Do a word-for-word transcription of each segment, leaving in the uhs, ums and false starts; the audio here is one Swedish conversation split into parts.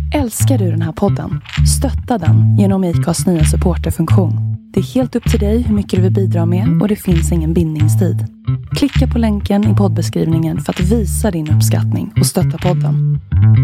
Älskar du den här podden? Stötta den genom I C A:s nya supporterfunktion. Det är helt upp till dig hur mycket du vill bidra med och det finns ingen bindningstid. Klicka på länken i poddbeskrivningen för att visa din uppskattning och stötta podden.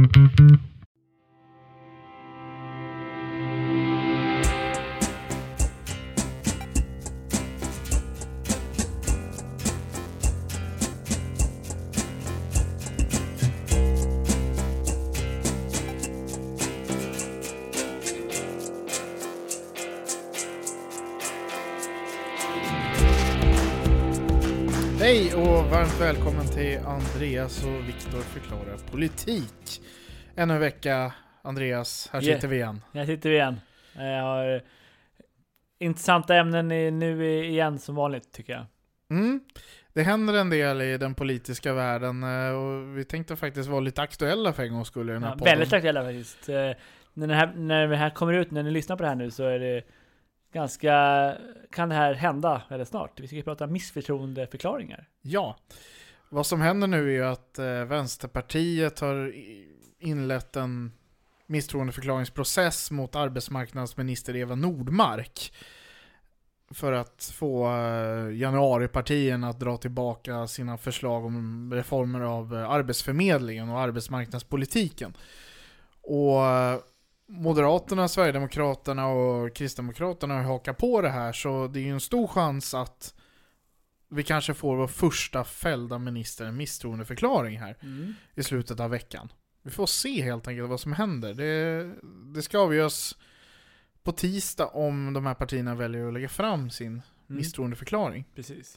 Hej och varmt välkommen till Andreas och Viktor förklarar politik. Ännu en vecka, Andreas, här Yeah. sitter vi igen. Här sitter vi igen. Jag har intressanta ämnen nu igen som vanligt tycker jag. Mm. Det händer en del i den politiska världen och vi tänkte faktiskt vara lite aktuella för en gång skulle i den här Ja, podden. väldigt aktuella faktiskt. När det, här, när det här kommer ut, när ni lyssnar på det här nu så är det ganska, kan det här hända väldigt snart. Vi ska prata missförtroendeförklaringar. Ja, vad som händer nu är ju att eh, Vänsterpartiet har inlett en misstroendeförklaringsprocess mot arbetsmarknadsminister Eva Nordmark för att få eh, januaripartierna att dra tillbaka sina förslag om reformer av eh, arbetsförmedlingen och arbetsmarknadspolitiken. Och eh, Moderaterna, Sverigedemokraterna och Kristdemokraterna har hakat på det här, så det är ju en stor chans att vi kanske får vår första fällda minister en misstroendeförklaring här mm. i slutet av veckan. Vi får se helt enkelt vad som händer. Det, det ska avgöras på tisdag om de här partierna väljer att lägga fram sin mm. misstroendeförklaring. Precis.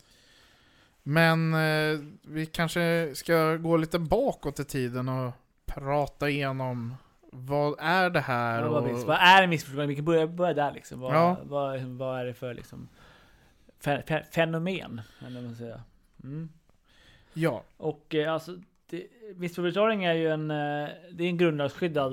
Men eh, vi kanske ska gå lite bakåt i tiden och prata igenom vad är det här? Ja, och... vad, vad är missförstånd? Vi kan börja, börja där liksom. Vad, ja. vad, vad är det för liksom fe, fenomen? Eller vad man säger. Mm. Ja. Och eh, alltså missförstånd är ju en eh, det är en grundlagsskyddad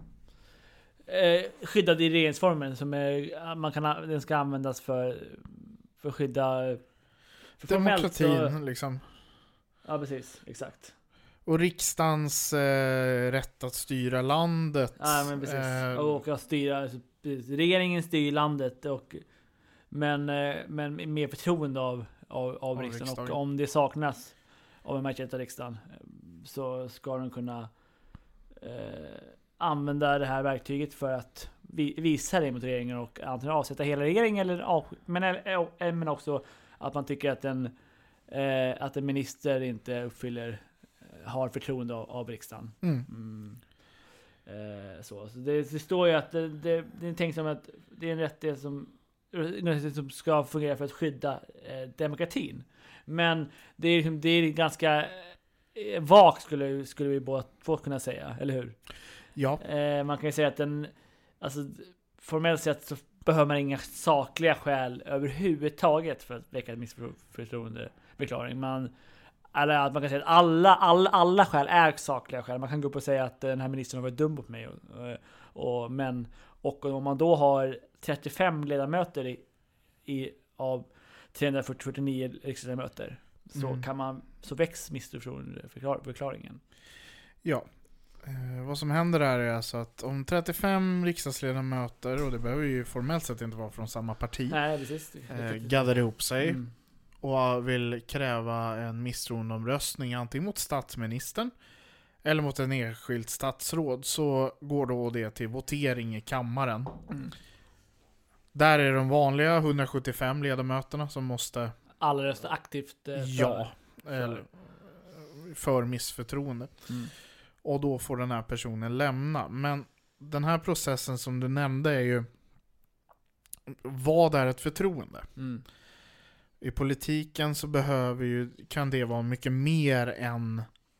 eh, skyddad i regeringsformen som är man kan den ska användas för för skydda för demokratin och, liksom. Ja, precis, exakt. Och riksdagens eh, rätt att styra landet. Ja, men precis. Eh, och att styra, alltså, regeringen styr landet och men eh, men med förtroende av av, av, av riksdagen. riksdagen och om det saknas av en majoritet av riksdagen så ska de kunna eh, använda det här verktyget för att vi, visa det mot regeringen och antingen avsätta hela regeringen eller av, men eller, men också att man tycker att en eh, att en minister inte uppfyller har förtroende av, av riksdagen. Mm. Mm. Eh, så så det, det står ju att det, det, det är tänkt som att det är en rättighet som, som ska fungera för att skydda eh, demokratin. Men det är, det är ganska eh, vagt skulle, skulle vi båda få kunna säga, eller hur? Ja. Eh, man kan ju säga att den, alltså, formellt sett så behöver man inga sakliga skäl överhuvudtaget för att väcka ett missförtroendeförklaring. Man Eller att man kan säga att alla, alla, alla skäl är sakliga skäl. Man kan gå upp och säga att den här ministern har varit dum mot mig. Och, och, men, och om man då har trettiofem ledamöter i, i, av trehundrafyrtionio riksdagsledamöter så, mm. kan man, så väcks missförtroendeförklaringen. Ja. Eh, vad som händer här är alltså att om trettiofem riksdagsledamöter, och det behöver ju formellt sett inte vara från samma parti, Nej, precis. eh, gaddar ihop sig mm. och vill kräva en misstroendeomröstning antingen mot statsministern eller mot en enskild statsråd, så går då det till votering i kammaren. Mm. Där är de vanliga hundrasjuttiofem ledamöterna som måste alla rösta aktivt eh, för, ja, eller, för missförtroende. Mm. Och då får den här personen lämna. Men den här processen som du nämnde är ju, vad är ett förtroende? Mm. I politiken så behöver ju, kan det vara mycket mer än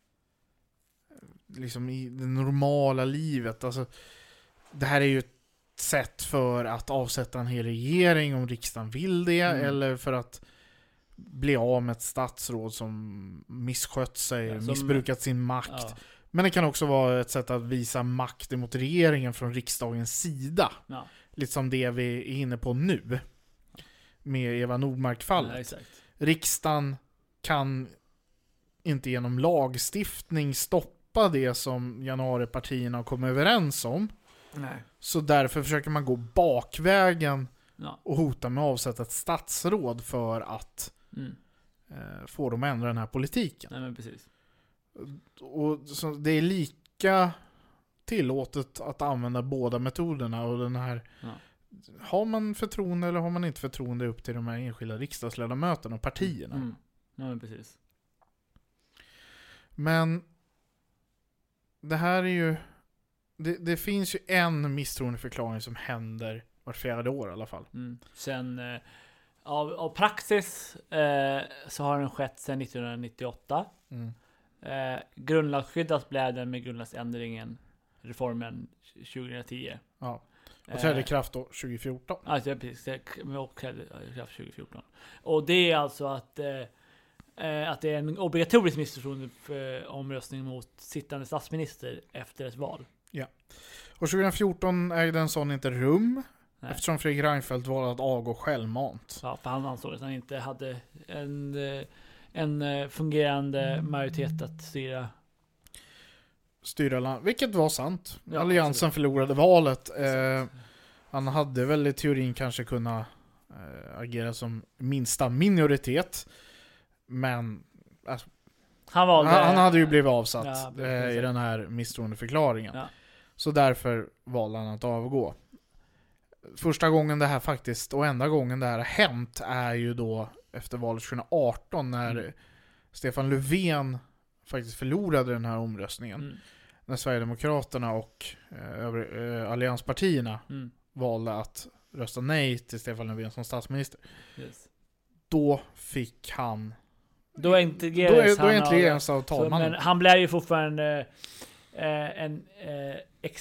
liksom i det normala livet. Alltså, det här är ju ett sätt för att avsätta en hel regering om riksdagen vill det, mm. eller för att bli av med ett statsråd som misskött sig, ja, som, missbrukat sin makt. Ja. Men det kan också vara ett sätt att visa makt mot regeringen från riksdagens sida. Ja. Lite som det vi är inne på nu med Eva Nordmark-fallet. Ja, riksdagen kan inte genom lagstiftning stoppa stoppa det som januaripartierna har kommit överens om. Nej. Så därför försöker man gå bakvägen Ja. och hota med att avsätta ett statsråd för att Mm. eh, få dem att ändra den här politiken. Nej, men precis. Och så det är lika tillåtet att använda båda metoderna, och den här Ja. har man förtroende eller har man inte förtroende upp till de här enskilda riksdagsledamöterna och partierna. Mm. Ja, men precis. Men det här är ju det, det finns ju en misstroendeförklaring som händer vart fjärde år i alla fall. Mm. Sen eh, av, av praxis eh, så har den skett sedan nittonhundranittioåtta. Mm. Eh, grundlagsskyddat blev den med grundlagsändringen, reformen tjugohundratio. Ja. Och trädde i Eh, kraft då tjugofjorton. Alltså precis, och trädde i kraft tjugofjorton. Och det är alltså att eh, eh, att det är en obligatorisk misstroendeomröstning mot sittande statsminister efter ett val. Och tjugofjorton ägde en sån inte rum. Nej. Eftersom Fredrik Reinfeldt valde att avgå självmant. Ja, för han ansåg att han inte hade en, eh, en eh, fungerande majoritet att styra. Styra land, vilket var sant. Ja, Alliansen absolut. förlorade valet. Eh, han hade väl i teorin kanske kunnat eh, agera som minsta minoritet. Men alltså, Han valde... han, han hade ju blivit avsatt Ja, eh, precis. i den här misstroendeförklaringen. Ja. Så därför valde han att avgå. Första gången det här faktiskt, och enda gången det här har hänt, är ju då efter valet tjugoarton när Mm. Stefan Löfven faktiskt förlorade den här omröstningen. Mm. När Sverigedemokraterna och eh, övrig, eh, allianspartierna Mm. valde att rösta nej till Stefan Löfven som statsminister. Yes. Då fick han... Då Då integrerades är, då är han inte regeringens av så, talmannen. men han blev ju fortfarande eh, en eh,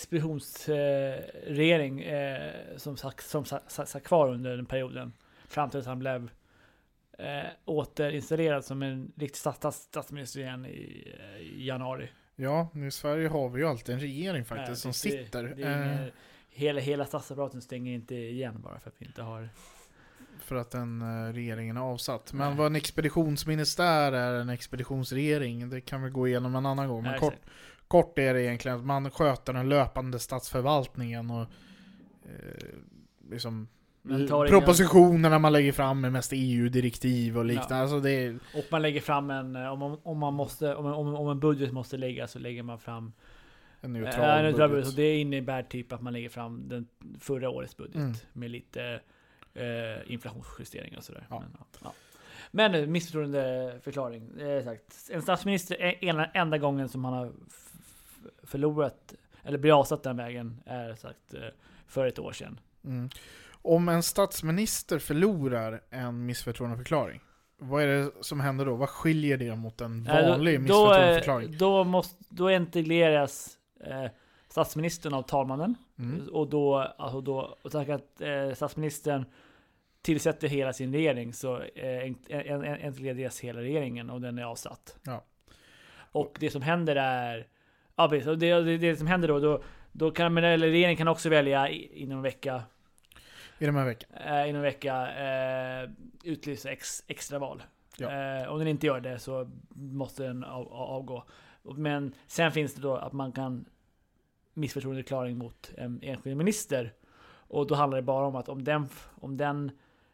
expeditionsregering eh, som satt som sa, sa, sa kvar under den perioden. Fram till att han blev eh, återinstallerad som en riktig stats, stats, statsminister igen i, eh, i januari. Ja, i Sverige har vi ju alltid en regering faktiskt Nej, som det- sitter. Det är eh, ingen, hela, hela statsapparaten stänger inte igen bara för att vi inte har... för att den eh, regeringen är avsatt. Men Nej. vad en expeditionsministär är, en expeditionsregering, det kan vi gå igenom en annan gång. Men Nej, kort, exakt. kort är det egentligen att man sköter den löpande statsförvaltningen och eh, liksom Man tar propositionerna man lägger fram med mest E U-direktiv och liknande. Ja. Alltså det är, Och man lägger fram en, om man, om man måste, om, om, om en budget måste läggas så lägger man fram en eh, neutral en neutral budget. budget. Och det innebär typ att man lägger fram den förra årets budget Mm. med lite eh, inflationsjusteringar och sådär. Ja. Men, ja, ja. Men eh, misstroendeförklaring. Eh, sagt. En statsminister är ena, enda gången som han har f- f- förlorat eller blir avsatt den vägen är sagt eh, för ett år sedan. Mm. Om en statsminister förlorar en missförtroendeförklaring, vad är det som händer då? Vad skiljer det mot en Eh, vanlig då, missförtroendeförklaring? då, då, måste, då integreras eh, statsministern av talmannen. Mm. Och då, alltså då och tack att eh, statsministern tillsätter hela sin regering så eh, entledigas hela regeringen och den är avsatt. Ja. Och det som händer är ja, precis, och det, det, det som händer då, då, då kan men, eller regeringen kan också välja i- inom en vecka I de här veckan. eh, inom en vecka eh, utlysa ex, extra val. Ja. Eh, om den inte gör det så måste den av, av, avgå. Men sen finns det då att man kan missförtroendeförklaring mot en enskild minister. Och då handlar det bara om att om den, om den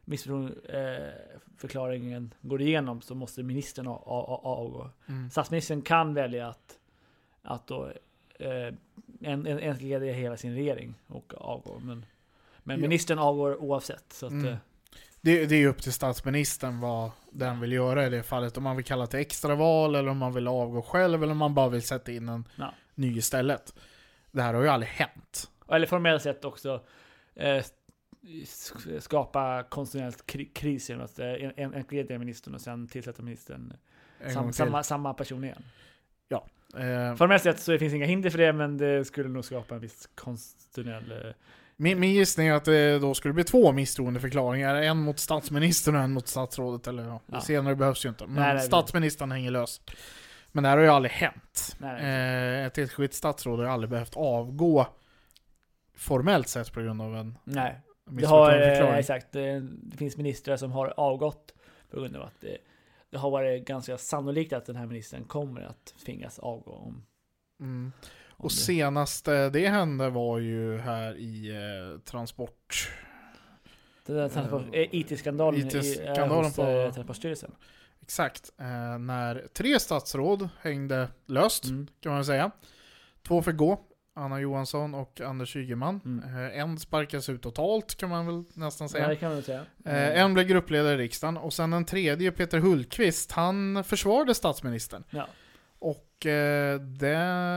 missförtroendeförklaringen eh, går igenom så måste ministern av, av, avgå. Mm. Statsministern kan välja att, att då eh, en, en, entlediga hela sin regering och avgå. Men, men Ja. ministern avgår oavsett. Så att, Mm. eh, Det, det är upp till statsministern vad den vill göra i det fallet. Om man vill kalla till extraval eller om man vill avgå själv eller om man bara vill sätta in en Ja. ny istället. Det här har ju aldrig hänt. eller formellt sett också eh, sk- skapa konstitutionellt kri- kris genom att eh, en, en entlediga ministern och sen tillsätta ministern En sam, gång till. samma, samma person igen. Eh, Formellt sett så finns inga hinder för det, men det skulle nog skapa en viss konstitutionell... Eh, min, min gissning är att det då skulle bli två misstroendeförklaringar. En mot statsministern och en mot statsrådet. Eller ja, det Ja. senare behövs ju inte. Men Nej, nej, statsministern hänger lös. Men det här har ju aldrig hänt. nej, nej. Eh, ett enskilt statsråd har aldrig behövt avgå formellt sett på grund av en nej. Det har, eh, missförtroendeförklaring. exakt, det, det finns ministrar som har avgått på grund av att det, det har varit ganska sannolikt att den här ministern kommer att tvingas avgå om Mm. Och senast det hände var ju här i eh, transport... Det där transport, eh, I T-skandalen, I T-skandalen hos, på eh, Transportstyrelsen. Exakt. Eh, när tre statsråd hängde löst, mm. kan man säga. Två fick gå. Anna Johansson och Anders Ygeman. Mm. Eh, en sparkas ut totalt, kan man väl nästan säga. Ja, det kan man säga. Mm. Eh, en blev gruppledare i riksdagen. Och sen den tredje, Peter Hultqvist, han försvarade statsministern. Ja. Och eh, det,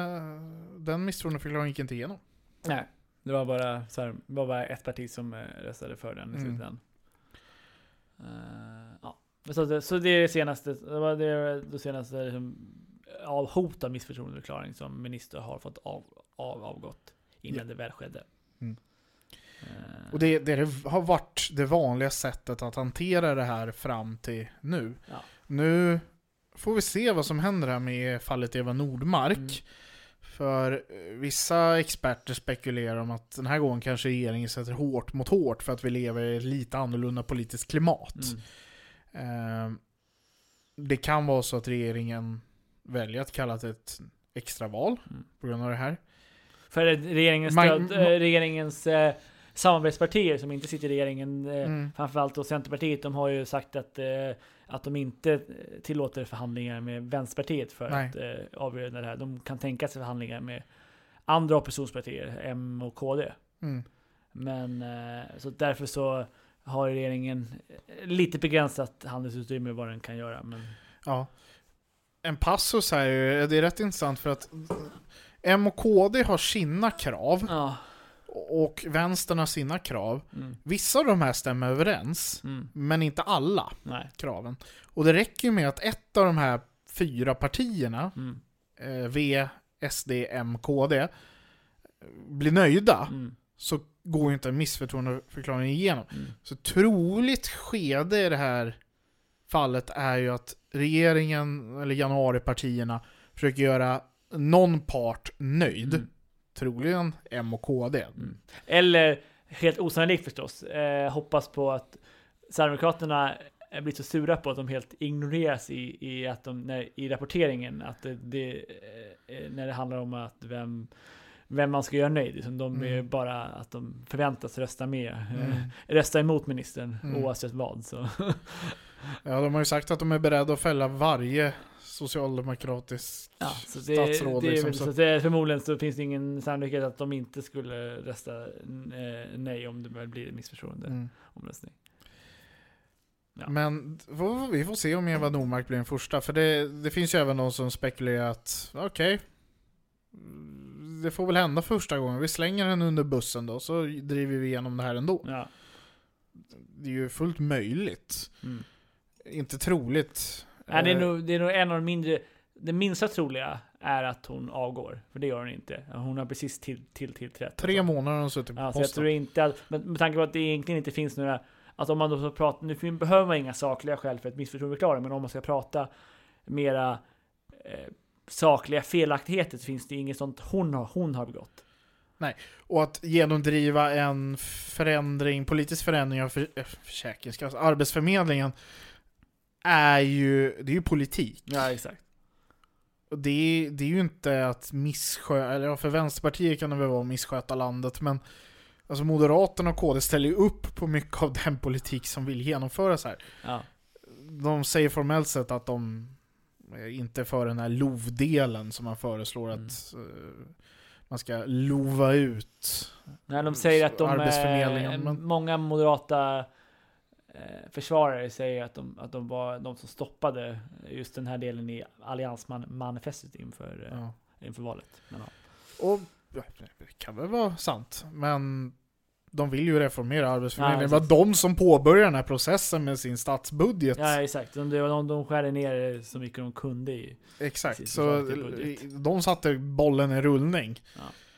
den misstroendeförklaringen gick inte igenom. Nej, det var bara, så här, det var bara ett parti som eh, röstade för den i Mm. slutändan. Uh, ja. Så, det, så det är det senaste, det var det, det senaste liksom, av hot av missförtroendeförklaring som minister har fått av, av, avgått innan ja. det väl skedde. Mm. Uh. Och det, det har varit det vanliga sättet att hantera det här fram till nu. Ja. Nu får vi se vad som händer här med fallet Eva Nordmark. Mm. För vissa experter spekulerar om att den här gången kanske regeringen sätter hårt mot hårt för att vi lever i ett lite annorlunda politiskt klimat. Mm. Uh, det kan vara så att regeringen väljer att kalla det ett extraval mm. på grund av det här. För regeringens, Man, stöd, äh, regeringens äh, samarbetspartier som inte sitter i regeringen, äh, mm. framförallt då Centerpartiet, de har ju sagt att, äh, att de inte tillåter förhandlingar med Vänsterpartiet för Nej. att äh, avgöra det här. De kan tänka sig förhandlingar med andra oppositionspartier, M och K D. Mm. Men äh, så därför så har regeringen lite begränsat handelsutrymme vad den kan göra. Men... Ja. En passus här, det är rätt intressant för att M och K D har sina krav ja. och vänstern har sina krav. Mm. Vissa av de här stämmer överens, mm. men inte alla Nej. kraven. Och det räcker med att ett av de här fyra partierna, mm. eh, V, S D, M, K D, blir nöjda, mm. så går ju inte en missförtroendeförklaring igenom. Mm. Så troligt skede i det här fallet är ju att regeringen eller januaripartierna försöker göra någon part nöjd. Mm. Troligen M och K D. Mm. Eller, helt osannolikt förstås, eh, hoppas på att Sverigedemokraterna blir så sura på att de helt ignoreras i, i, att de, när, i rapporteringen. Att det, det, eh, när det handlar om att vem vem man ska göra nöjd. Liksom de mm. är bara att de förväntas rösta med. Mm. Rösta emot ministern mm. oavsett vad. Så. Ja, de har ju sagt att de är beredda att fälla varje socialdemokratisk ja, så det, statsråd. Det, liksom, så. Så det, förmodligen så finns det ingen sannolikhet att de inte skulle rösta eh, nej om det väl blir en missförstående mm. omröstning. Ja. Men vi får se om Eva Nordmark blir den första. För det, det finns ju även någon som spekulerar att okej, okay, det får väl hända första gången. Vi slänger den under bussen då, så driver vi igenom det här ändå. Ja. Det är ju fullt möjligt. Mm. Inte troligt. Ja, det, är nog, det är nog en av de mindre... Det minsta troliga är att hon avgår. För det gör hon inte. Hon har precis till, till tillträtt. Tre alltså. månader har hon suttit på ja, posten. Så jag tror inte att... Men med tanke på att det egentligen inte finns några... Att om man då pratar... Nu behöver man inga sakliga skäl för ett missförståndeförklaring. Men om man ska prata mera... Eh, sakliga felaktigheter så finns det inget sånt hon har, hon har begått. Nej, och att genomdriva en förändring, politisk förändring av för, äh, försäkringskassan, arbetsförmedlingen är ju, det är ju politik. Ja, exakt. Och det är, det är ju inte att missköta, eller för Vänsterpartiet kan det väl vara att missköta landet, men alltså Moderaterna och K D ställer ju upp på mycket av den politik som vill genomföras här. Ja. De säger formellt sett att de inte för den här lovdelen som man föreslår mm. att uh, man ska lova ut. Nej, de säger att de är, men... många moderata eh, försvarare säger att de, att de var de som stoppade just den här delen i alliansmanifestet inför, ja. eh, inför valet. Men, ja. Och det kan väl vara sant, men de vill ju reformera arbetsförmedlingen. Ja, det var de som påbörjade den här processen med sin statsbudget. Ja, exakt. De, de, de skärde ner så mycket de kunde i exakt. Så de satte bollen i rullning. Ja.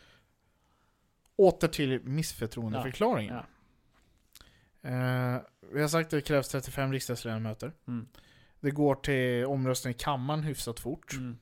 Åter till missförtroendeförklaringen. Ja. Ja. Eh, vi har sagt att det krävs trettiofem riksdagsledamöter. Mm. Det går till omröstning i kammaren hyfsat fort. Mm.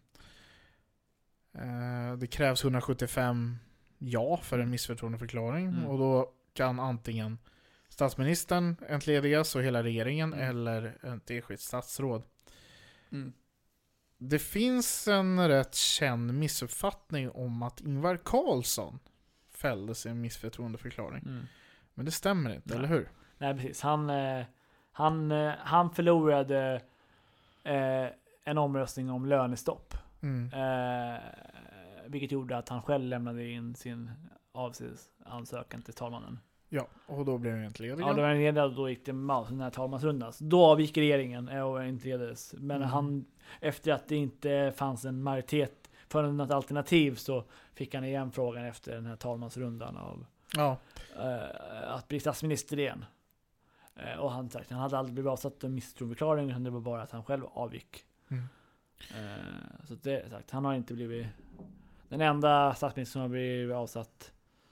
Eh, det krävs hundrasjuttiofem ja för en missförtroendeförklaring. Mm. Och då kan antingen statsministern entledigas och hela regeringen mm. eller ett enskilt statsråd. Mm. det finns en rätt känd missuppfattning om att Ingvar Carlsson fälldes i en missförtroendeförklaring. Mm. Men det stämmer inte, Nej. eller hur? Nej, precis. Han, eh, han, eh, han förlorade eh, en omröstning om lönestopp. Mm. Eh, vilket gjorde att han själv lämnade in sin avskedsansökan till talmannen. Ja, och då blev han entledigad. Ja, då var han entledigad och då gick det med den här talmansrundan. Då avgick regeringen och entledigades. Men mm. han, efter att det inte fanns en majoritet för något alternativ, så fick han igen frågan efter den här talmansrundan av ja. eh, att bli statsminister igen. Eh, och han sagt han hade aldrig blivit avsatt en misstroendeförklaring, utan det var bara att han själv avgick. Mm. Eh, så det sagt, han har inte blivit den enda statsministern som har blivit avsatt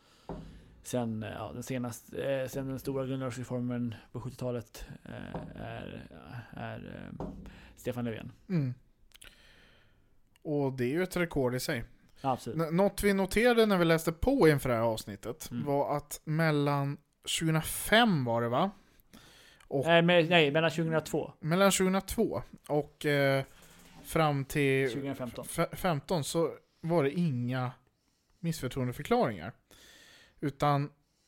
sen, ja, den senaste, eh, sen den stora grundlagsreformen på sjuttiotalet eh, är, är eh, Stefan Löfven. Mm. Och det är ju ett rekord i sig. Absolut. N- något vi noterade när vi läste på inför det här avsnittet mm. var att mellan tjugohundrafem var det va? Och nej, men, nej, mellan tjugohundratvå. Mellan tjugohundratvå och eh, fram till tjugohundrafemton f- femton så var det inga missförtroendeförklaringar. Utan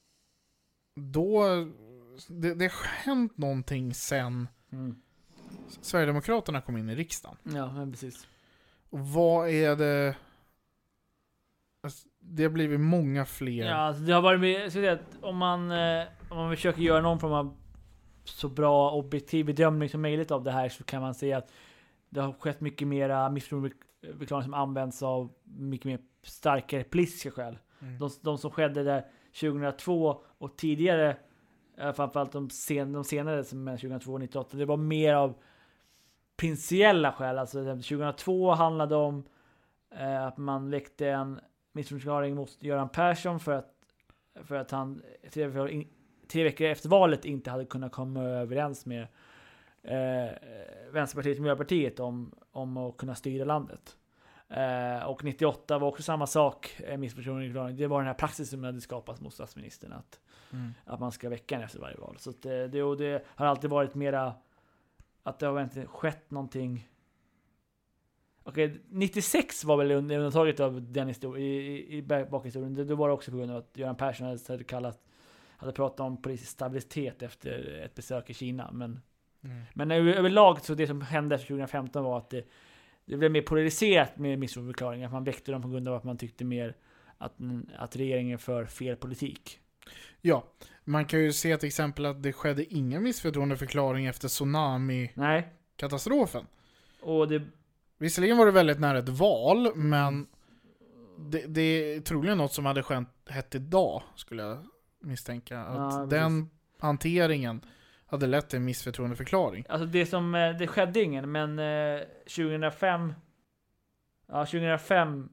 då det, det har hänt någonting sen mm. Sverigedemokraterna kom in i riksdagen. Ja, men precis. Och vad är det? Alltså, det har blivit många fler. Ja, alltså det har varit med, så att om man eh, om man försöker göra någon form av så bra objektiv bedömning som möjligt av det här, så kan man säga att det har skett mycket mera missförtroendeförklaringar som används av mycket mer starkare politiska skäl. Mm. De, de som skedde där tjugohundratvå och tidigare, framförallt de, sen, de senare som tjugohundratvå och nittioåtta, det var mer av principiella skäl. Alltså tjugohundratvå handlade om eh, att man väckte en missförtroendeförklaring mot Göran Persson för att, för att han tre, tre veckor efter valet inte hade kunnat komma överens med eh, Vänsterpartiet och Miljöpartiet om, om att kunna styra landet. Eh, och nittioåtta var också samma sak, eh, missförtroendeförklaring. Det var den här praxis som hade skapats mot statsministern att, mm. att man ska väcka en efter varje val. Så att, det, det, det har alltid varit mera att det har inte skett någonting. Okej, okay, nittiosex var väl undantaget av den historien i, i, i bakhistorien. Det, det var också på grund av att Göran Persson hade kallat hade pratat om politisk stabilitet efter ett besök i Kina. Men, mm. men över, överlag så det som hände efter tjugohundrafemton var att det, det blev mer polariserat med missförtroendeförklaringar. Man väckte dem på grund av att man tyckte mer att, att regeringen för fel politik. Ja, man kan ju se till exempel att det skedde ingen missförtroendeförklaring efter tsunami-katastrofen. Och det... Visserligen var det väldigt nära ett val, men det, det är troligen något som hade skett hett idag, skulle jag misstänka. Att ja, den hanteringen hade lett till en missförtroendeförklaring. Alltså det som, det skedde ingen, men eh, tjugohundrafem ja, tjugohundrafem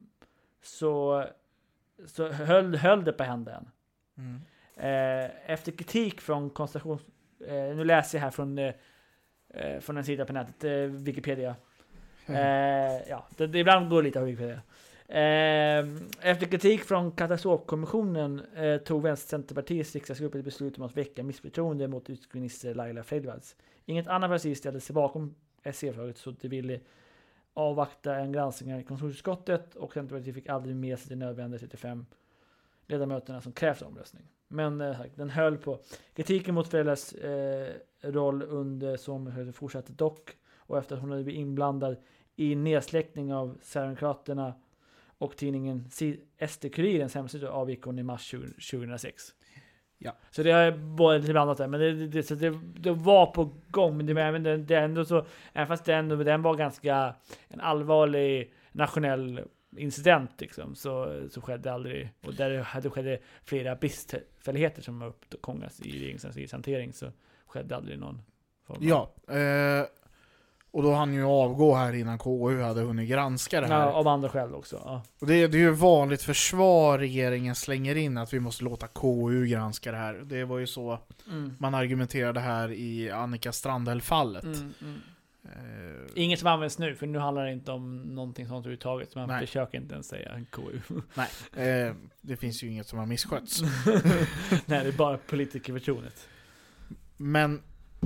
så, så höll, höll det på hända. Mm. Eh, efter kritik från konstellation, eh, nu läser jag här från, eh, från en sida på nätet, eh, Wikipedia. Mm. Eh, ja, det, det ibland går lite av Wikipedia. Eh, efter kritik från katastrofkommissionen eh, tog Vänsterpartiets riksdagsgrupp ett beslut om att väcka missförtroende mot utrikesminister Laila Freivalds. Inget annat parti ställde sig bakom S C-förslaget, så de ville avvakta en granskning i konstitutionsutskottet, och Centerpartiet fick aldrig med sig de nödvändiga trettiofem ledamöterna som krävde omröstning. Men eh, den höll på. Kritiken mot Freivalds eh, roll under som fortsatte dock, och efter att hon hade blivit inblandad i nedsläckning av Sverigedemokraterna och tidningen S D-Kurirens hemsida avgick hon i mars tjugohundrasex. Ja. Så det har varit lite blandat där, men det, det, så det, det var på gång, men det, men det, det ändå så, även fast det ändå, den var ganska en allvarlig nationell incident liksom, så, så skedde aldrig, och där hade skedde flera bristfälligheter som har uppkongas i regeringskansliets hantering, så skedde aldrig någon form av... Ja, eh, och då hann ju avgå här innan K U hade hunnit granska det här. Ja, av andra skäl också. Ja. Och det, det är ju vanligt försvar regeringen slänger in, att vi måste låta K U granska det här. Det var ju så mm. man argumenterade här i Annika Strandhäll-fallet. Mm, mm. Uh, Inget som används nu, för nu handlar det inte om någonting sånt överhuvudtaget. Man nej. försöker inte ens säga K U. Nej, eh, det finns ju inget som har misskötts. Nej, det är bara politikerförtroendet. Men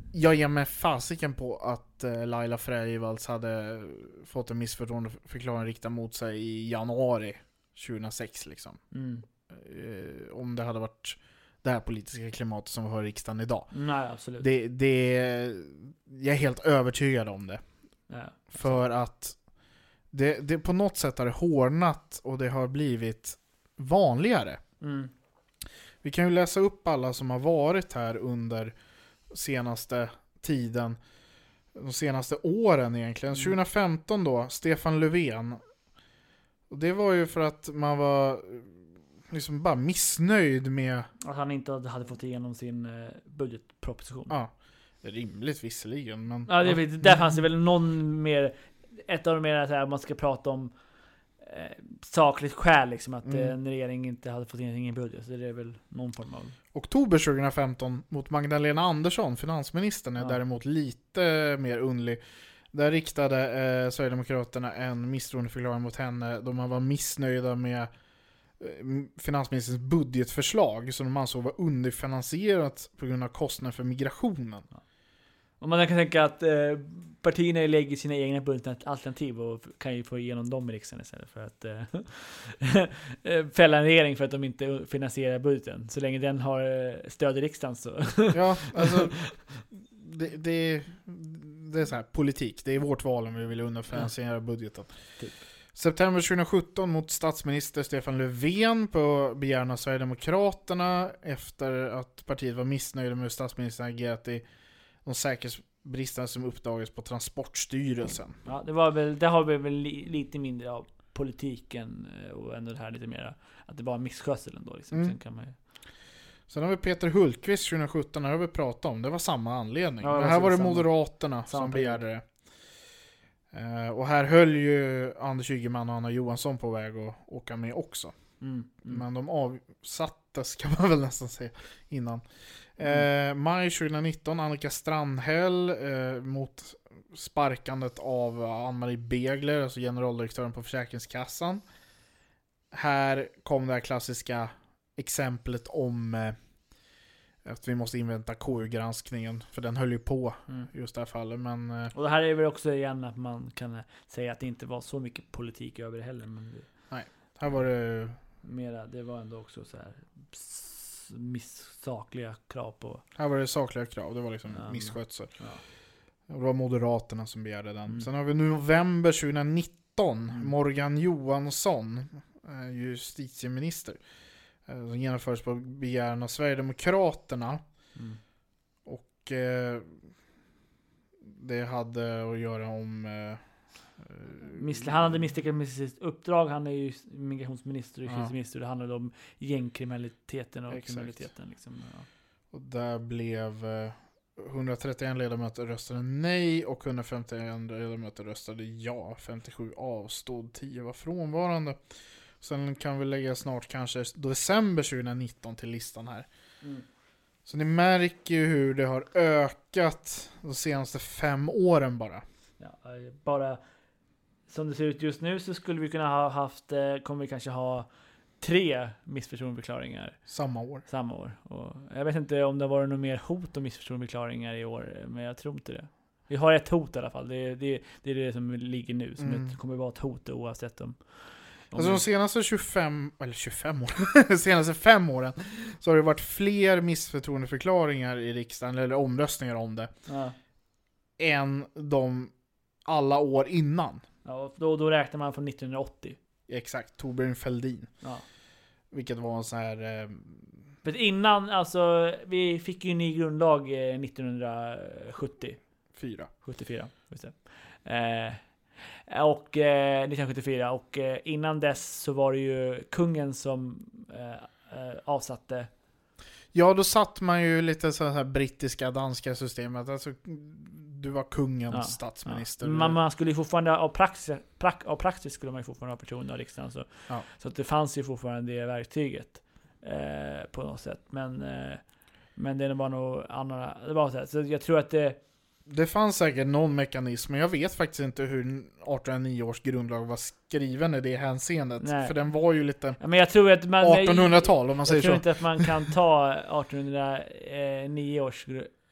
jag ger mig fasiken på att eh, Laila Freivalds hade fått en missförtroendeförklaring riktad mot sig i januari tjugohundrasex liksom. Mm. Eh, om det hade varit det här politiska klimatet som vi har i riksdagen idag. Nej, absolut. Det, det, jag är helt övertygad om det. Ja, för att det, det på något sätt har det hårdnat och det har blivit vanligare. Mm. Vi kan ju läsa upp alla som har varit här under senaste tiden, de senaste åren egentligen. Mm. tjugohundrafemton då, Stefan Löfven. Och det var ju för att man var liksom bara missnöjd med att han inte hade fått igenom sin eh, budgetproposition. Ja, rimligt visserligen, men ja, det, där fanns det väl någon mer, ett av de mer så här, man ska prata om eh, sakligt skäl liksom, att mm. en regering inte hade fått in ingen budget, så det är väl någon form av... Oktober tjugohundrafemton mot Magdalena Andersson, finansministern, är ja. däremot lite mer undlig. Där riktade eh, Sverigedemokraterna en misstroendeförklaring mot henne då man var missnöjda med eh, finansministerns budgetförslag som de ansåg var underfinansierat på grund av kostnader för migrationen. Ja. Och man kan tänka att eh, partierna lägger sina egna budgetalternativ och kan ju få igenom dem i riksdagen istället för att eh, fälla en regering för att de inte finansierar budgeten. Så länge den har eh, stöd i riksdagen så... ja, alltså det, det, det är så här politik. Det är vårt val om vi vill underfinansiera ja. budgeten. Typ. September tjugohundrasjutton mot statsminister Stefan Löfven på begäran av Sverigedemokraterna efter att partiet var missnöjda med hur statsministern agerat i de säkerhetsbrister som uppdagades på Transportstyrelsen. Ja, det var väl, det har vi väl li, lite mindre av politiken och ändå det här lite mer att det var en misskötsel ändå liksom. Mm. Sen kan man ju... Sen har vi Peter Hultqvist tjugohundrasjutton, här har vi pratat om. Det var samma anledning. Ja, men här var det samma. Moderaterna Samma som begärde det. Uh, och här höll ju Anders Ygeman och Anna Johansson på väg att åka med också. Mm, mm. Men de avsattes kan man väl nästan säga innan. Mm. Uh, maj tjugohundranitton, Annika Strandhäll uh, mot sparkandet av Ann-Marie Begler, alltså generaldirektören på Försäkringskassan. Här kom det här klassiska exemplet om uh, att vi måste invänta K U-granskningen, för den höll ju på mm. just det här fallet. Men, och det här är väl också igen att man kan säga att det inte var så mycket politik över det heller. Men det, nej, här var det... Mera, det var ändå också så här missakliga krav på... Här var det sakliga krav, det var liksom ja, misskötsel. Ja. Det var Moderaterna som begärde den. Mm. Sen har vi nu november tjugohundranitton, mm. Morgan Johansson, justitieminister. Som genomförs på begäran av Sverigedemokraterna. Mm. Och eh, det hade att göra om... Eh, Missl- han hade misslyckats med sitt uppdrag. Han är ju migrationsminister och justitieminister. Ja. Det handlade om gängkriminaliteten och exakt. kriminaliteten. Liksom, ja. Och där blev eh, hundratrettioen ledamöter röstade nej och hundrafemtioen ledamöter röstade ja. femtiosju avstod, tio var frånvarande. Sen kan vi lägga snart kanske december tjugohundranitton till listan här. Mm. Så ni märker ju hur det har ökat de senaste fem åren bara. Ja, bara som det ser ut just nu så skulle vi kunna ha haft, kommer vi kanske ha tre missförtroendeförklaringar. Samma år. Samma år. Och jag vet inte om det var något mer hot och missförtroendeförklaringar i år, men jag tror inte det. Vi har ett hot i alla fall. Det är det, det, är det som ligger nu. Som mm. ett, kommer att vara ett hot oavsett om... Alltså de senaste tjugofem, eller tjugofem åren, de senaste fem åren så har det varit fler missförtroendeförklaringar i riksdagen, eller omröstningar om det, ja. än de alla år innan. Ja, då, då räknar man från nittonhundraåttio. Exakt, Torbjörn Fälldin. Ja. Vilket var en sån här... Eh... För innan, alltså, vi fick ju en ny grundlag eh, nittonhundrasjuttio. Fyra. sjuttiofyra, just det. Eh... Och eh, nittonhundrasjuttiofyra och eh, innan dess så var det ju kungen som eh, eh, avsatte. Ja, då satt man ju lite så här brittiska, danska systemet. Alltså, du var kungens ja, statsminister. Ja. Man, man skulle ju fortfarande av praxis, prak, av praxis skulle man ju fortfarande ha förtroende av riksdagen. Så, ja. så att det fanns ju fortfarande det verktyget eh, på något sätt. Men, eh, men det var nog andra. Det var så här. Så jag tror att det Det fanns säkert någon mekanism, men jag vet faktiskt inte hur artonhundranio års grundlag var skriven i det hänseendet. Nej. För den var ju lite ja, men jag tror att man, artonhundratal om man säger så. Jag tror inte att man kan ta artonhundranio års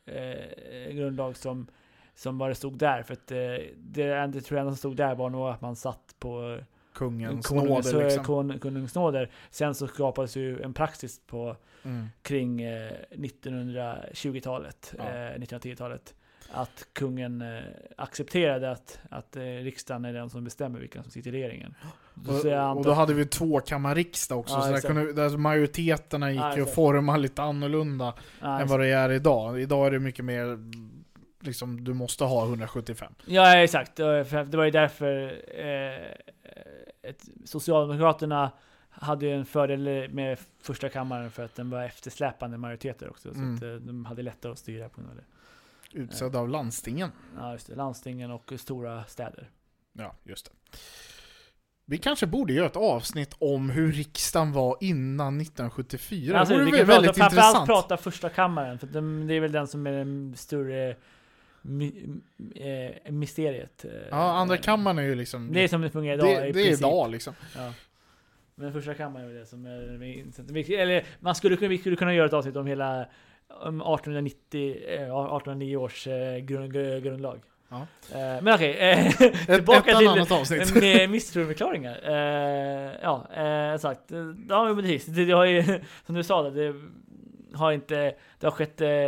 eh, grundlag som, som bara stod där. För att eh, det, det tror jag som stod där var nog att man satt på kungens konungens, nåder. Liksom. Kon, konungens nåder. Sen så skapades ju en praxis på mm. kring eh, nittonhundratjugotalet, ja. eh, nittonhundratiotalet. Att kungen eh, accepterade att, att eh, riksdagen är den som bestämmer vilka som sitter i regeringen. Och, och då hade vi tvåkammarriksdag också, ja, så där, kunde, där majoriteterna gick ja, att forma lite annorlunda ja, än vad det är idag. Idag är det mycket mer liksom, du måste ha hundrasjuttiofem. Ja, exakt. Det var ju därför eh, ett, Socialdemokraterna hade en fördel med första kammaren för att den var eftersläpande majoriteter också. Mm. Så att de hade lättare att styra på något. Utsedd av landstingen. Ja, just det. Landstingen och stora städer. Ja, just det. Vi kanske borde göra ett avsnitt om hur riksdagen var innan nittonhundrasjuttiofyra. Alltså, det vi vore kan väldigt prata, intressant. Framförallt prata första kammaren, för det är väl den som är den större my, äh, mysteriet. Ja, andra kammaren är ju liksom... Det är som det fungerar idag. Det, det är idag liksom. Ja. Men första kammaren är det som är... Eller man skulle kunna, vi skulle kunna göra ett avsnitt om hela om artonhundranittio, artonhundranio års eh, grund, grundlag. Ja. Eh, men okej, eh, tillbaka ett, ett till med misstroendeförklaringar. Eh, ja, eh, exakt. Ja, men precis. Det, det har ju, som du sa, det, det har inte, det har skett eh,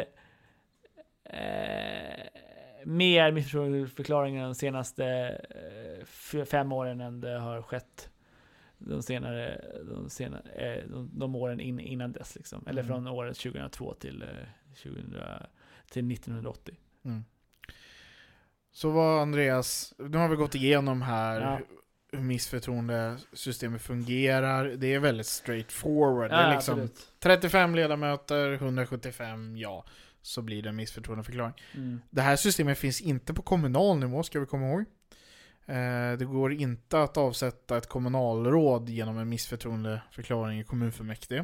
mer misstroendeförklaringar de senaste eh, fem åren än det har skett de senare de senare eh, de, de åren in, innan dess liksom, eller mm. från året tjugohundratvå till eh, tjugohundra till nittonhundraåttio. Mm. Så vad, Andreas, nu har vi gått igenom här ja. hur missförtroendesystemet fungerar. Det är väldigt straightforward. Ja, det är liksom absolut. trettiofem ledamöter, hundrasjuttiofem, ja, så blir det en missförtroendeförklaring. Mm. Det här systemet finns inte på kommunal nivå, ska vi komma ihåg. Det går inte att avsätta ett kommunalråd genom en missförtroendeförklaring i kommunfullmäktige.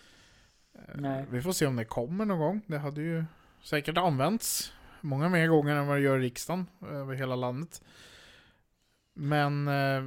Nej. Vi får se om det kommer någon gång. Det hade ju säkert använts många mer gånger än vad det gör i riksdagen över hela landet. Men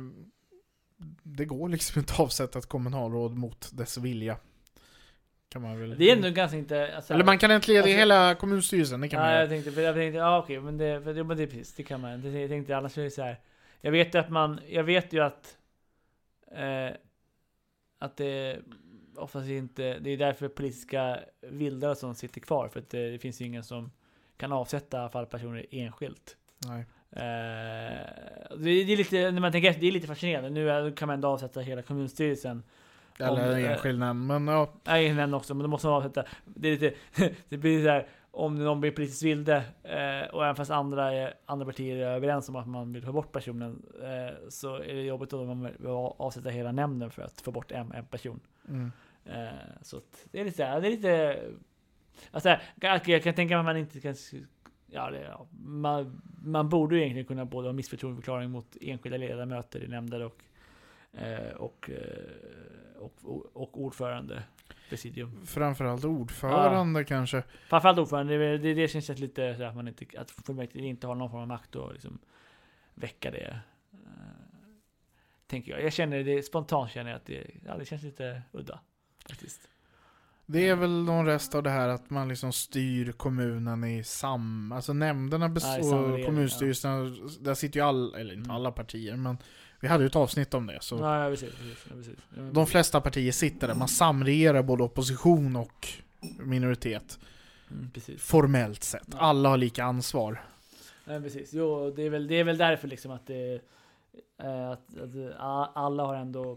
det går liksom inte att avsätta ett kommunalråd mot dess vilja. Kan man väl... Det är ändå ganska inte... Alltså, eller man kan inte leda alltså, hela kommunstyrelsen. Det kan ja, man jag tänkte, jag tänkte, ja okej, men det, men det är precis, det kan man. Det, jag tänkte, annars är det så här. Jag vet ju att man, jag vet ju att eh, att det oftast inte, det är därför politiska vildar som sitter kvar, för att det, det finns ju ingen som kan avsätta fallpersoner enskilt. Nej. Eh, det, det är lite, när man tänker efter, det är lite fascinerande. Nu kan man ändå avsätta hela kommunstyrelsen. Eller om, enskild nämnd, men ja. Enskild nämnd också, men då måste man avsätta. Det är lite, det blir så här, om någon blir politiskt vilde eh, och även fast andra, är, andra partier är överens om att man vill få bort personen, eh, så är det jobbigt då om man vill avsätta hela nämnden för att få bort en, en person. Mm. Eh, så det är lite så här, det är lite alltså, jag, jag kan tänka mig att man inte kan ja, det, ja, man, man borde ju egentligen kunna både ha missförtroendeförklaring mot enskilda ledamöter i nämnder och eh, och, och, och, och ordförande presidium. Framförallt ordförande ja. Kanske. Framförallt ordförande, det, det, det känns lite så att man inte, att fullmäktige inte har någon form av makt att liksom väcka det. Uh, tänker jag. Jag känner det spontant känner jag att det, ja, det känns lite udda faktiskt. Det är väl någon rest av det här att man liksom styr kommunen i sam... Alltså nämnderna bes- ja, och kommunstyrelserna, ja. Där sitter ju alla, eller inte alla partier, men vi hade ju ett avsnitt om det. Så ja, ja, precis, precis, ja, precis. Ja, de flesta partier sitter där, man samregerar både opposition och minoritet. Mm, precis. Formellt sett. Ja. Alla har lika ansvar. Ja, precis. Jo, det är väl, det är väl därför liksom att, det, att, att alla har ändå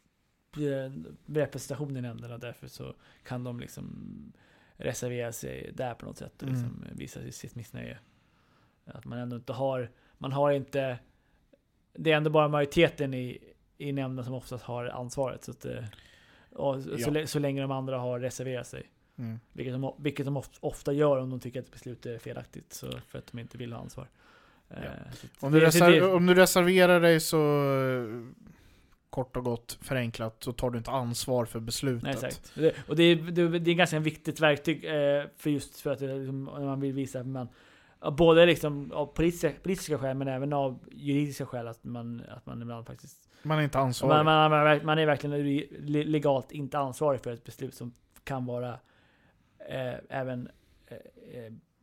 representationen i nämnden och därför så kan de liksom reservera sig där på något sätt och liksom mm. visa sitt missnöje. Att man ändå inte har, man har inte, det är ändå bara majoriteten i, i nämnden som oftast har ansvaret så att och, ja. så, så länge de andra har reserverat sig. Mm. Vilket de, vilket de ofta gör om de tycker att beslutet är felaktigt så för att de inte vill ha ansvar. Ja. Eh, om, du reser- det, om du reserverar dig så kort och gott förenklat så tar du inte ansvar för beslutet. Nej, exakt. Det, och det är, det, det är ganska viktigt verktyg eh, för just för att liksom, man vill visa att man både liksom av politiska, politiska skäl men även av juridiska skäl att man, att man ibland faktiskt man är inte ansvarig. Man, man, man är verkligen legalt inte ansvarig för ett beslut som kan vara eh, även eh,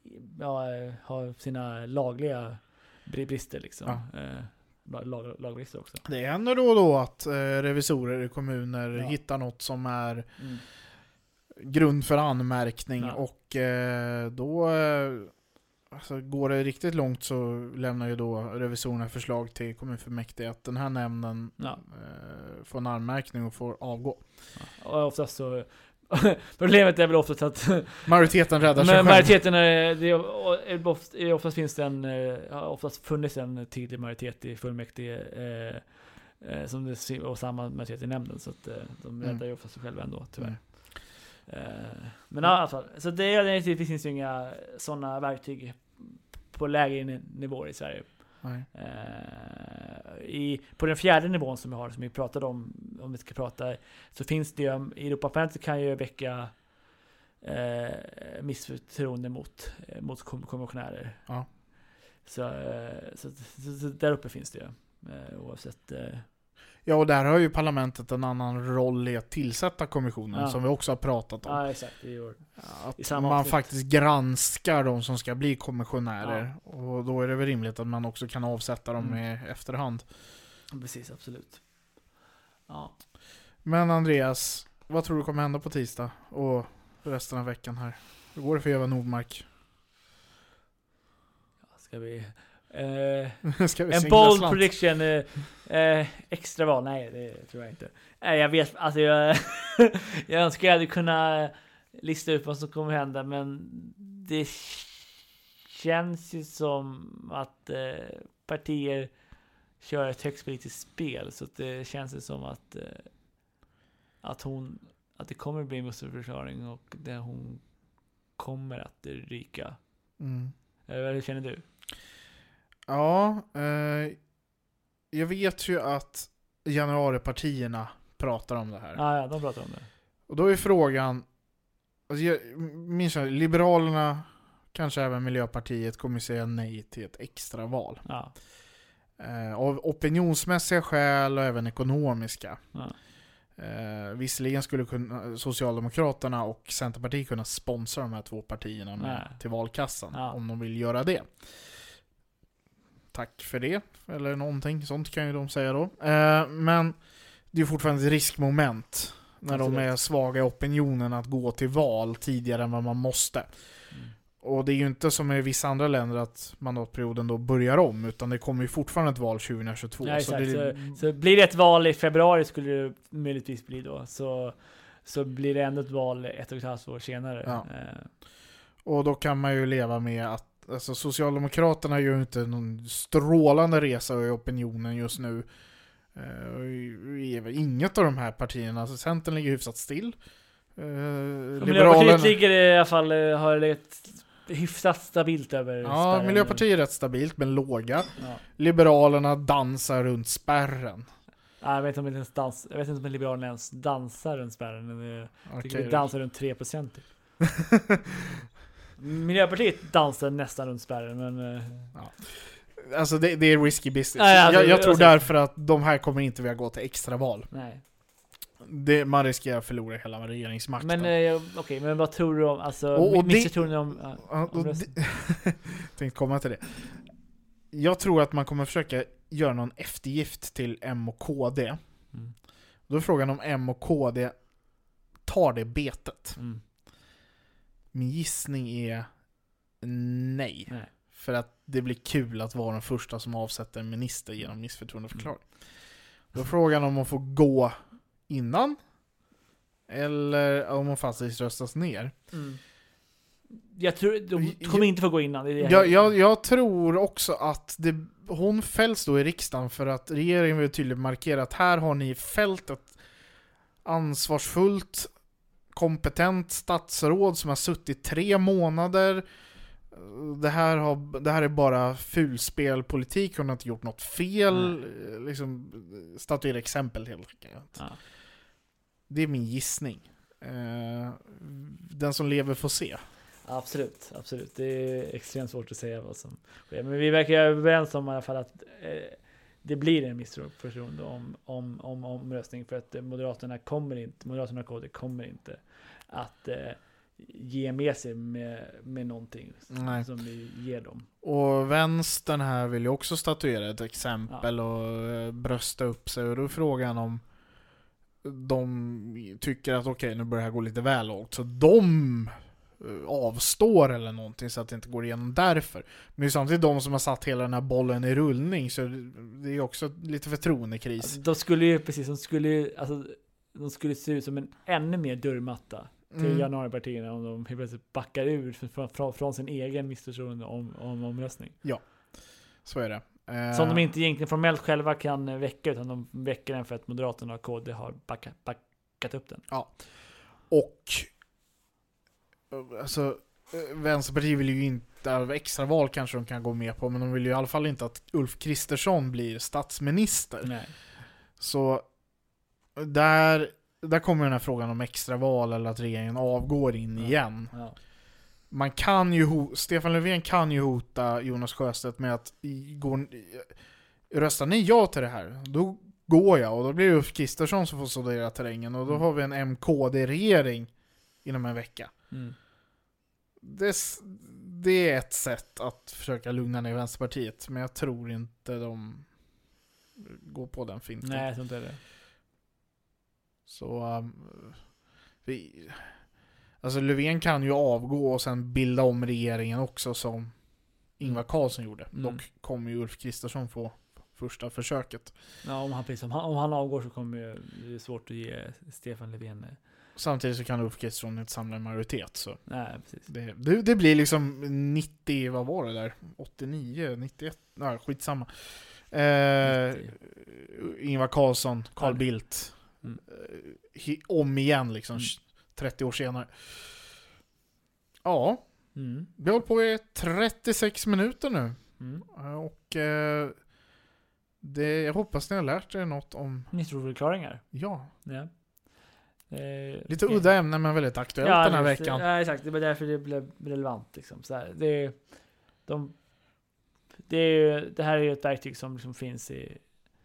ja, har sina lagliga brister liksom. Ja. Eh, lag, lagbrister också. Det händer då och då att eh, revisorer i kommuner Ja. hittar något som är Mm. grund för anmärkning Ja. och eh, då eh, alltså, går det riktigt långt så lämnar ju då revisorerna förslag till kommunfullmäktige att den här nämnden Ja. eh, får en anmärkning och får avgå. Ja. Och oftast så problemet är väl oftast att Majoriteten räddar sig men själv. majoriteten är, det är oftast, oftast finns det en har oftast funnits en tydlig majoritet i fullmäktige eh, eh, som det, och samma majoritet i nämnden så att eh, de räddar Mm. ju oftast sig själva ändå tyvärr. Mm. Eh, men i alla fall så det, det finns ju inga sådana verktyg på lägre nivåer i Sverige. Nej. Uh, i, på den fjärde nivån som vi har, som vi pratade om, om vi ska prata, så finns det ju, i Europaparlamentet kan ju väcka uh, missförtroende mot, uh, mot kommissionärer. Ja. Så, uh, så, så, så där uppe finns det ju, uh, oavsett. Uh, Ja, och där har ju parlamentet en annan roll i att tillsätta kommissionen Ja. som vi också har pratat om. ja, exakt. I år. Att i samma man avsnitt. faktiskt granskar de som ska bli kommissionärer. Och då är det väl rimligt att man också kan avsätta dem Mm. i efterhand. Precis, absolut. Ja. Men Andreas, vad tror du kommer hända på tisdag och resten av veckan här? Hur går det för Eva Nordmark? Ska vi... Uh, Ska vi en singla bold slant? prediction. Uh, uh, extra val. Nej, det tror jag inte. Nej, jag vet. Alltså, jag, jag önskar jag hade kunnat lista upp vad som kommer hända. Men det känns ju som att uh, partier kör ett högst politiskt spel. Så att det känns ju som att, uh, att, hon, att det kommer bli en missförklaring och det hon kommer att ryka. Mm. Uh, hur känner du? Ja, eh, jag vet ju att januaripartierna pratar om det här. Ja, ja, de pratar om det. Och då är frågan, alltså jag minns jag, Liberalerna, kanske även Miljöpartiet kommer säga nej till ett extra val. Ja. Eh, av opinionsmässiga skäl och även ekonomiska. Ja. Eh, visserligen skulle kunna, Socialdemokraterna och Centerpartiet kunna sponsra de här två partierna med, Nej. till valkassan Ja. om de vill göra det. Tack för det. Eller någonting sånt kan ju de säga då. Eh, men det är fortfarande ett riskmoment när Absolut. de är svaga i opinionen att gå till val tidigare än vad man måste. Mm. Och det är ju inte som i vissa andra länder att mandatperioden då börjar om, utan det kommer ju fortfarande ett val tjugohundratjugotvå. Ja, så exakt. det, Så, så blir det ett val i februari skulle det möjligtvis bli då. Så, så blir det ändå ett val ett och ett halvt år senare. Ja. Eh, och då kan man ju leva med att alltså, Socialdemokraterna gör ju inte någon strålande resa i opinionen just nu. Uh, inget av de här partierna, alltså Centern ligger hyfsat still. Uh, Miljöpartiet ligger i alla fall, eh, har legat hyfsat stabilt över Ja, spärren. Miljöpartiet är rätt stabilt men låga. Ja. Liberalerna dansar runt spärren. Ja, jag vet inte om det ens dans, jag vet inte om Liberalerna ens dansar runt spärren. Men jag tycker Okej. vi dansar runt tre procent. Miljöpartiet dansar nästan runt spärren, men... eh, Alltså det, det är risky business. Ja, ja, jag, det- jag tror alltså- därför att de här kommer inte vilja gå till extra val. Nej. Det, man riskerar att förlora hela regeringsmakten. Men eh, okej, okay, men vad tror du om, alltså, Och- och det- missförtroende ni om... ja, Ja, om och rösten? det- tänkte komma till det. Jag tror att man kommer försöka göra någon eftergift till M och K D. Mm. Då är frågan om M och K D tar det betet. Mm. Min gissning är nej. Nej. För att det blir kul att vara den första som avsätter en minister genom missförtroendeförklaring. Då är frågan om man får gå innan eller om man faktiskt röstas ner. Mm. Jag tror de kommer inte få gå innan. Det är det Jag, jag, jag tror också att det, hon fälls då i riksdagen för att regeringen vill tydligt markera att här har ni fällt ett ansvarsfullt, kompetent statsråd som har suttit tre månader. Det här, har, det här är bara fulspelpolitik. Hon har inte gjort något fel. Mm. Liksom, statuera exempel helt enkelt. Ja. Det är min gissning. Den som lever får se. Absolut, absolut. Det är extremt svårt att säga vad som sker. Men vi verkar överens om i alla fall att eh, det blir en misstroendeförklaring om, om, om omröstning, för att Moderaterna kommer inte, Moderaterna och K D kommer inte att eh, ge med sig med, med någonting Nej. som vi ger dem. Och vänstern här vill ju också statuera ett exempel, ja, och brösta upp sig. Och då är frågan om de tycker att okej, okay, nu börjar det här gå lite väl lågt, så de avstår eller någonting så att det inte går igenom därför. Men det är samtidigt de som har satt hela den här bollen i rullning, så det är också lite förtroendekris. Alltså, de skulle ju precis, de skulle ju, alltså, de skulle se ut som en ännu mer dörrmatta till mm. januaripartierna om de helt plötsligt backar ur från, från, från sin egen missförtroende om, om omröstning. Ja, så är det. Som de inte egentligen formellt själva kan väcka, utan de väcker den för att Moderaterna och K D har backat, backat upp den. Ja. Och alltså Vänsterpartiet vill ju inte, extraval kanske de kan gå med på, men de vill ju i alla fall inte att Ulf Kristersson blir statsminister. Nej. Så där, där kommer den här frågan om extraval eller att regeringen avgår in ja. igen. Ja. Man kan ju ho- Stefan Löfven kan ju hota Jonas Sjöstedt med att i, går, röstar ni ja till det här, då går jag, och då blir det Ulf Kristersson som får studera terrängen, och då mm. har vi en M K D-regering inom en vecka. Mm. Det, det är ett sätt att försöka lugna ner Vänsterpartiet, men jag tror inte de går på den finten. Nej, jag tror inte det. Så um, vi, alltså Löfven kan ju avgå och sen bilda om regeringen också, som Ingvar Carlsson gjorde. Mm. Dock kommer ju Ulf Kristersson få första försöket. Ja, om han, precis, om han, om han avgår så kommer det, det är svårt att ge Stefan Löfven. Samtidigt så kan Ulf Kristersson inte samla en majoritet. Så nej, precis. Det, det, det blir liksom nittio, vad var det där? åttionio, nittioett, nej, skitsamma. Eh, Ingvar Carlsson, Carl ja. Bildt. Mm. Eh, om igen liksom, mm. trettio år senare. Ja, mm. vi håller på i trettiosex minuter nu. Mm. Och eh, det, jag hoppas ni har lärt er något om misstroendeförklaringar. Ja. Ja. Eh, Lite udda ämne, men väldigt aktuellt ja, den här just, veckan. Ja, exakt. Det var därför det blev relevant. Liksom. Så här, det, de, det, är, det här är ju ett verktyg som liksom finns i,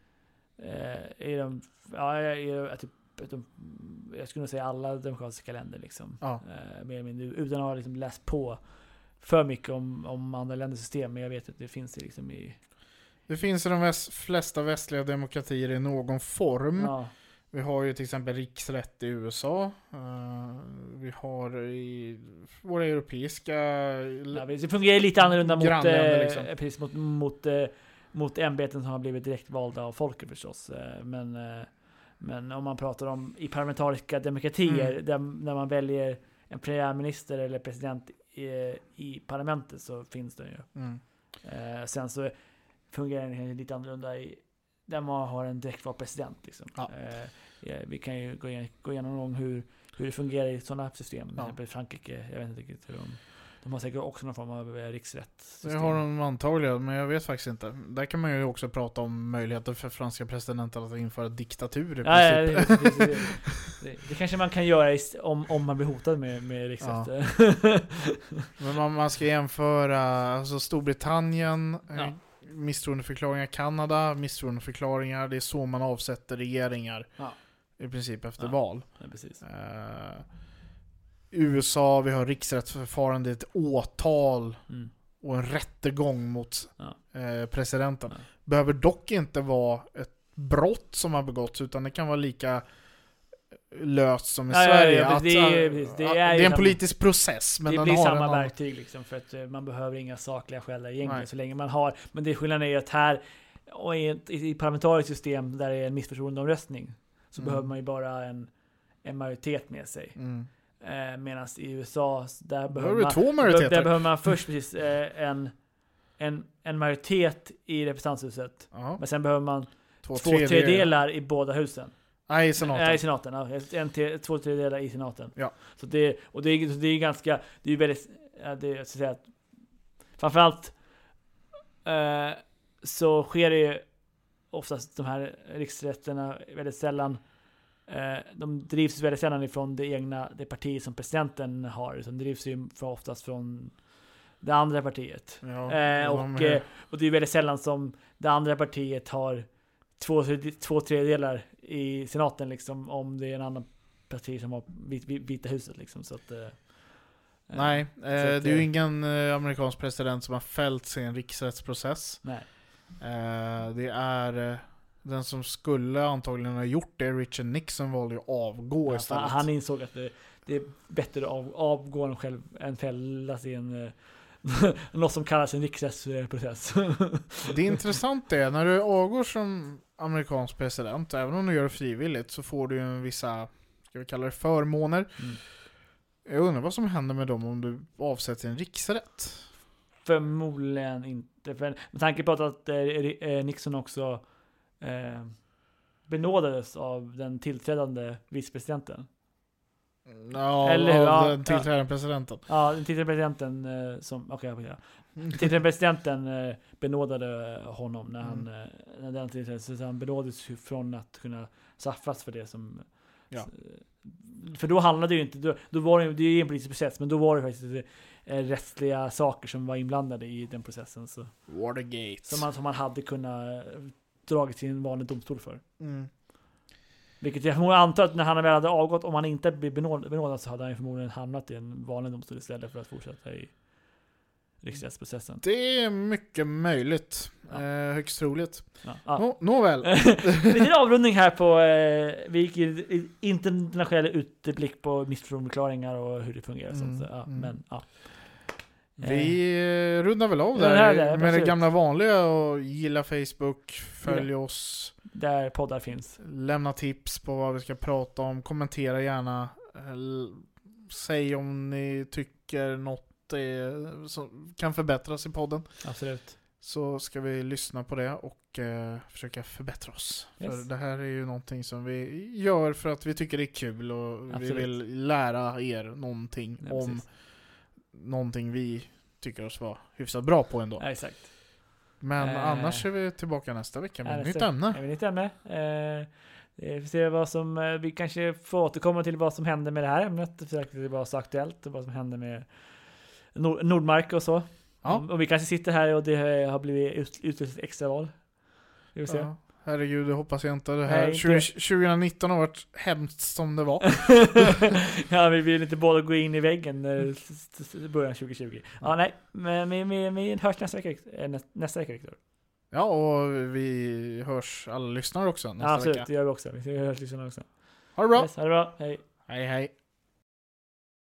eh, i de, ja, i, typ, de, jag skulle nog säga alla demokratiska länder. Liksom. Ja. Eh, mer eller mindre, utan att ha liksom läst på för mycket om, om andra länders system. Men jag vet att det finns det liksom i... Det finns i de väst, flesta västliga demokratier i någon form. Ja. Vi har ju till exempel riksrätt i U S A. Uh, vi har i våra europeiska... Ja, det fungerar lite annorlunda mot, liksom. eh, precis, mot, mot, eh, mot ämbeten som har blivit direkt valda av folket förstås. Eh, men, eh, men om man pratar om i parlamentariska demokratier mm. där, där man väljer en premiärminister eller president i, i parlamentet, så finns det ju. Mm. Eh, sen så fungerar det lite annorlunda i där man har en direktvald president. Liksom. Ja. Eh, ja, vi kan ju gå, igen, gå igenom hur, hur det fungerar i sådana system. Till ja. exempel Frankrike, jag vet inte riktigt hur de... De har säkert också någon form av riksrätt. Det har de antagligen, men jag vet faktiskt inte. Där kan man ju också prata om möjligheter för franska presidenter att införa diktatur i ja, ja, det, det, det, det, det kanske man kan göra om, om man blir hotad med, med riksrätt. Ja. Men man, man ska jämföra alltså Storbritannien, ja. misstroendeförklaringar, Kanada, misstroendeförklaringar, det är så man avsätter regeringar ja. i princip efter ja. val. Ja, precis. Uh, U S A, vi har riksrättsförfarande, ett åtal mm. och en rättegång mot ja. eh, presidenten. Ja. Behöver dock inte vara ett brott som har begåtts, utan det kan vara lika löst som i ja, Sverige. Ja, ja, att, det, är, det, är, det är en samma, politisk process. Men det den blir har samma en verktyg liksom, för att man behöver inga sakliga skäl egentligen Nej. så länge man har. Men det skillnaden är ju att här och i ett i parlamentariskt system där det är en missförtroendeomröstning så mm. behöver man ju bara en, en majoritet med sig. Mm. Eh, medan i U S A där behöver man, två majoriteter. Där behöver man först precis eh, en, en, en majoritet i representanthuset. Uh-huh. Men sen behöver man två, två tredjedelar i båda husen. Nej, i senaten. Nej, i senaten. Ja. En te, två tredjedelar i senaten. Ja. Så det, och det är, det är ganska, det är väldigt, ja, det, jag ska säga att framförallt eh, så sker det ju oftast de här riksrätterna väldigt sällan. De drivs väldigt sällan ifrån det egna det parti som presidenten har, utan drivs ju oftast från det andra partiet. Ja, eh, och, eh, och det är väldigt sällan som det andra partiet har två, två tredjedelar i senaten liksom, om det är en annan parti som har vit, vit, Vita huset liksom, så att, eh, Nej, eh, det är ju ingen eh, amerikansk president som har fällts i en riksrättsprocess. Nej. Eh, det är... Eh, den som skulle antagligen ha gjort det, Richard Nixon, valde ju att avgå Ja, istället. han insåg att det, det är bättre att av, avgå än själv än fällas i en eh, något som kallas en riksrättsprocess. Det är intressant det, när du avgår som amerikansk president, även om du gör det frivilligt, så får du ju en vissa, ska vi kalla det, förmåner. Mm. Jag undrar vad som händer med dem om du avsätter en riksrätt. Förmodligen inte. För, med tanke på att eh, Nixon också eh, benådades av den tillträdande vicepresidenten. Ja, Eller hur? av Ja, den tillträdande ja. presidenten. Ja, den tillträdande presidenten eh, som, okej, okay, ja. Tillträdande presidenten eh, benådade honom när han, mm. eh, när den tillträdde, så han benådades från att kunna straffas för det som... Ja. För då handlade det ju inte, då, då var det, det är ju en politisk process, men då var det faktiskt eh, rättsliga saker som var inblandade i den processen. Så, Watergate. som, man, som man hade kunnat dragit till en vanlig domstol för. Mm. Vilket jag förmodligen antar att när han väl hade avgått, om han inte blev benådad, benådad så hade han förmodligen hamnat i en vanlig domstol istället för att fortsätta i riksrättsprocessen. Det är mycket möjligt. Ja. Eh, högst troligt. Ja. Ja. Nå, nåväl. Lite avrundning här på eh, vi gick i internationell utblick på misstroendeförklaringar och hur det fungerar. Mm, så, ja, mm. men, ja. Vi eh, rundar väl av där, där, där med absolut. Det gamla vanliga, och gilla Facebook, följ ja. oss. Där poddar finns. Lämna tips på vad vi ska prata om. Kommentera gärna. Säg om ni tycker något är, som kan förbättras i podden. Absolut. Så ska vi lyssna på det och eh, försöka förbättra oss. Yes. För det här är ju någonting som vi gör för att vi tycker det är kul och absolut. Vi vill lära er någonting ja, om precis. Någonting vi tycker oss vara hyfsat bra på ändå. Ja, exakt. Men eh, annars är vi tillbaka nästa vecka med ett nytt ämne. Ett nytt ämne. Eh, vi får se vad som, eh, vi kanske får återkomma till vad som händer med det här ämnet. För att det var så aktuellt och vad som händer med Nord- Nordmark och så. Ja. Och vi kanske sitter här och det har blivit utlöst ett extra val. Vi får se. Ja. Herregud, det hoppas jag inte. Det här Nej, inte. tjugonitton har varit hemskt som det var. Ja, vi vill inte båda gå in i väggen i början tjugo tjugo. Ja, nej. Men vi, vi, vi hörs nästa vecka, nästa vecka, Victor. Ja, och vi hörs alla lyssnare också nästa ja, absolut, vecka. Det gör vi också. Vi hörs lyssnare också. Ha det bra. Yes, ha det bra. Hej. Hej, hej.